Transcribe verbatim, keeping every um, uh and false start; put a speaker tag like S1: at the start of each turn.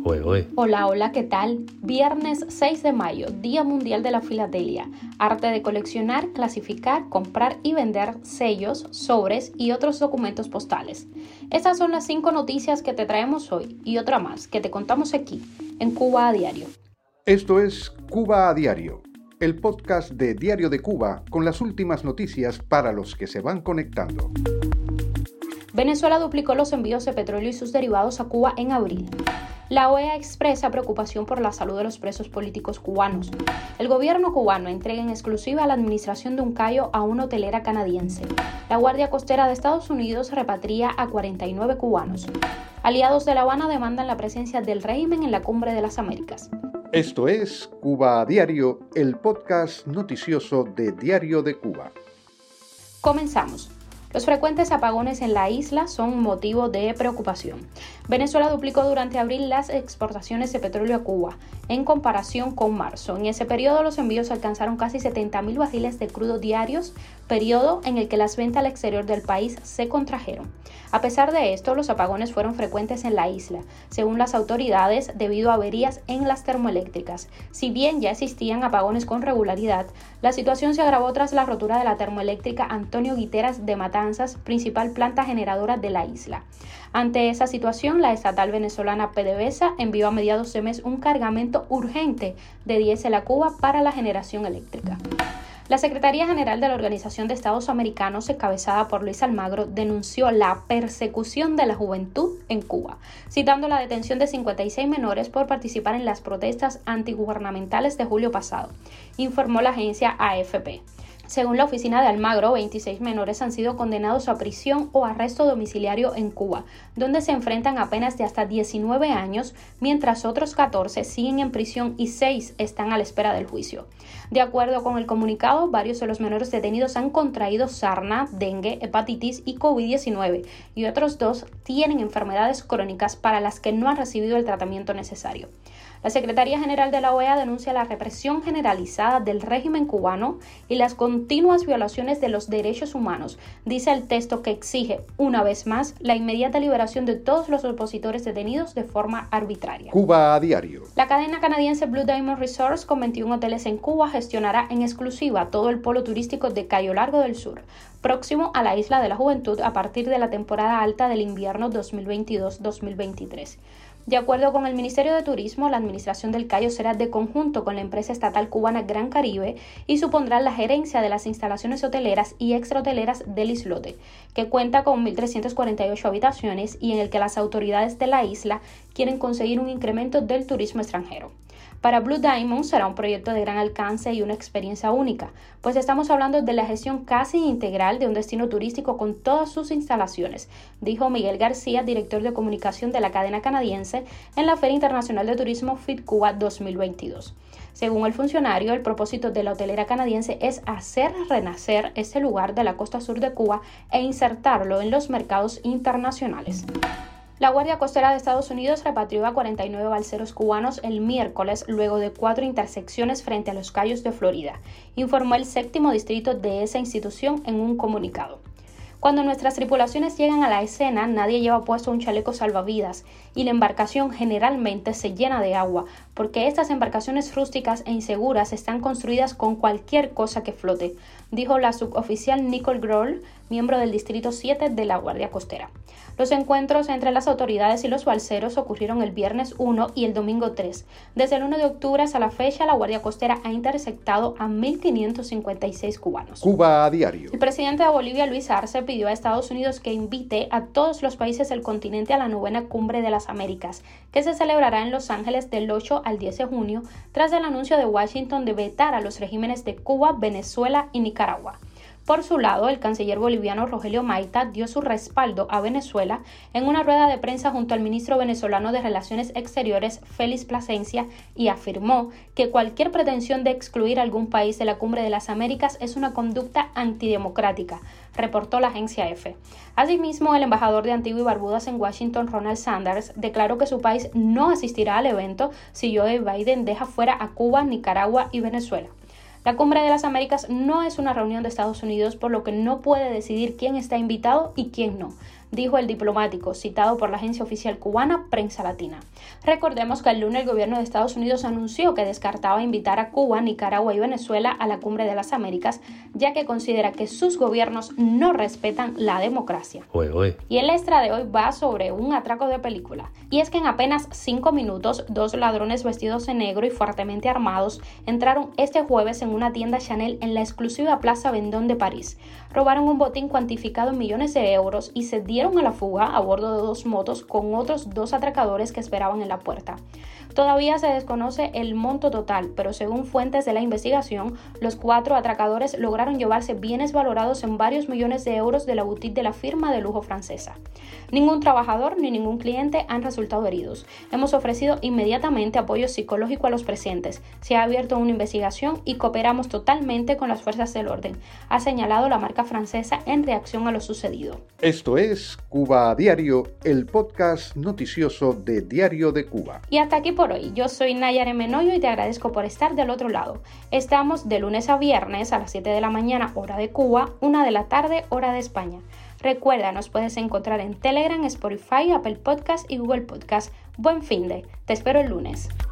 S1: Oe, oe.
S2: Hola, hola, ¿qué tal? Viernes seis de mayo, Día Mundial de la Filatelia. Arte de coleccionar, clasificar, comprar y vender sellos, sobres y otros documentos postales. Estas son las cinco noticias que te traemos hoy y otra más que te contamos aquí, en Cuba a Diario.
S3: Esto es Cuba a Diario, el podcast de Diario de Cuba con las últimas noticias para los que se van conectando.
S2: Venezuela duplicó los envíos de petróleo y sus derivados a Cuba en abril. La O E A expresa preocupación por la salud de los presos políticos cubanos. El gobierno cubano entrega en exclusiva la administración de un callo a una hotelera canadiense. La Guardia Costera de Estados Unidos repatria a cuarenta y nueve cubanos. Aliados de La Habana demandan la presencia del régimen en la Cumbre de las Américas.
S3: Esto es Cuba a Diario, el podcast noticioso de Diario de Cuba.
S2: Comenzamos. Los frecuentes apagones en la isla son motivo de preocupación. Venezuela duplicó durante abril las exportaciones de petróleo a Cuba, en comparación con marzo. En ese periodo los envíos alcanzaron casi setenta mil barriles de crudo diarios, periodo en el que las ventas al exterior del país se contrajeron. A pesar de esto, los apagones fueron frecuentes en la isla, según las autoridades, debido a averías en las termoeléctricas. Si bien ya existían apagones con regularidad, la situación se agravó tras la rotura de la termoeléctrica Antonio Guiteras de Matanzas, principal planta generadora de la isla. Ante esa situación, la estatal venezolana PDVSA envió a mediados de mes un cargamento urgente de diésel a Cuba para la generación eléctrica. La Secretaría General de la Organización de Estados Americanos, encabezada por Luis Almagro, denunció la persecución de la juventud en Cuba, citando la detención de cincuenta y seis menores por participar en las protestas antigubernamentales de julio pasado, informó la agencia A F P. Según la oficina de Almagro, veintiséis menores han sido condenados a prisión o arresto domiciliario en Cuba, donde se enfrentan a penas de hasta diecinueve años, mientras otros catorce siguen en prisión y seis están a la espera del juicio. De acuerdo con el comunicado, varios de los menores detenidos han contraído sarna, dengue, hepatitis y covid diecinueve, y otros dos tienen enfermedades crónicas para las que no han recibido el tratamiento necesario. La Secretaría General de la O E A denuncia la represión generalizada del régimen cubano y las continuas violaciones de los derechos humanos. Dice el texto que exige, una vez más, la inmediata liberación de todos los opositores detenidos de forma arbitraria.
S3: Cuba a Diario.
S2: La cadena canadiense Blue Diamond Resorts, con veintiún hoteles en Cuba, gestionará en exclusiva todo el polo turístico de Cayo Largo del Sur, próximo a la Isla de la Juventud a partir de la temporada alta del invierno dos mil veintidós dos mil veintitrés. De acuerdo con el Ministerio de Turismo, la administración del Cayo será de conjunto con la empresa estatal cubana Gran Caribe y supondrá la gerencia de las instalaciones hoteleras y extrahoteleras del islote, que cuenta con mil trescientas cuarenta y ocho habitaciones y en el que las autoridades de la isla quieren conseguir un incremento del turismo extranjero. Para Blue Diamond será un proyecto de gran alcance y una experiencia única, pues estamos hablando de la gestión casi integral de un destino turístico con todas sus instalaciones, dijo Miguel García, director de comunicación de la cadena canadiense, en la Feria Internacional de Turismo FitCuba dos mil veintidós. Según el funcionario, el propósito de la hotelera canadiense es hacer renacer este lugar de la costa sur de Cuba e insertarlo en los mercados internacionales. La Guardia Costera de Estados Unidos repatrió a cuarenta y nueve balseros cubanos el miércoles luego de cuatro intersecciones frente a los Cayos de Florida, informó el séptimo distrito de esa institución en un comunicado. Cuando nuestras tripulaciones llegan a la escena, nadie lleva puesto un chaleco salvavidas y la embarcación generalmente se llena de agua, porque estas embarcaciones rústicas e inseguras están construidas con cualquier cosa que flote, dijo la suboficial Nicole Grohl, miembro del Distrito siete de la Guardia Costera. Los encuentros entre las autoridades y los balseros ocurrieron el viernes uno y el domingo tres. Desde el uno de octubre hasta la fecha, la Guardia Costera ha interceptado a mil quinientos cincuenta y seis cubanos.
S3: Cuba a Diario.
S2: El presidente de Bolivia, Luis Arce, pidió a Estados Unidos que invite a todos los países del continente a la novena Cumbre de las Américas, que se celebrará en Los Ángeles del ocho al diez de junio, tras el anuncio de Washington de vetar a los regímenes de Cuba, Venezuela y Nicaragua. Por su lado, el canciller boliviano Rogelio Maita dio su respaldo a Venezuela en una rueda de prensa junto al ministro venezolano de Relaciones Exteriores, Félix Plasencia, y afirmó que cualquier pretensión de excluir a algún país de la Cumbre de las Américas es una conducta antidemocrática, reportó la agencia EFE. Asimismo, el embajador de Antigua y Barbudas en Washington, Ronald Sanders, declaró que su país no asistirá al evento si Joe Biden deja fuera a Cuba, Nicaragua y Venezuela. La Cumbre de las Américas no es una reunión de Estados Unidos, por lo que no puede decidir quién está invitado y quién no, dijo el diplomático, citado por la agencia oficial cubana Prensa Latina. Recordemos que el lunes el gobierno de Estados Unidos anunció que descartaba invitar a Cuba, Nicaragua y Venezuela a la Cumbre de las Américas, ya que considera que sus gobiernos no respetan la democracia.
S1: Oye, oye.
S2: Y el extra de hoy va sobre un atraco de película. Y es que en apenas cinco minutos, dos ladrones vestidos de negro y fuertemente armados entraron este jueves en una tienda Chanel en la exclusiva Plaza Vendôme de París. Robaron un botín cuantificado en millones de euros y se dieron a la fuga a bordo de dos motos con otros dos atracadores que esperaban en la puerta. Todavía se desconoce el monto total, pero según fuentes de la investigación, los cuatro atracadores lograron llevarse bienes valorados en varios millones de euros de la boutique de la firma de lujo francesa. Ningún trabajador ni ningún cliente han resultado heridos. Hemos ofrecido inmediatamente apoyo psicológico a los presentes. Se ha abierto una investigación y cooperamos totalmente con las fuerzas del orden, ha señalado la marca francesa en reacción a lo sucedido.
S3: Esto es Cuba a Diario, el podcast noticioso de Diario de Cuba.
S2: Y hasta aquí por hoy. Yo soy Nayare Menoyo y te agradezco por estar del otro lado. Estamos de lunes a viernes a las siete de la mañana, hora de Cuba, una de la tarde, hora de España. Recuerda, nos puedes encontrar en Telegram, Spotify, Apple Podcast y Google Podcast. Buen finde. Te espero el lunes.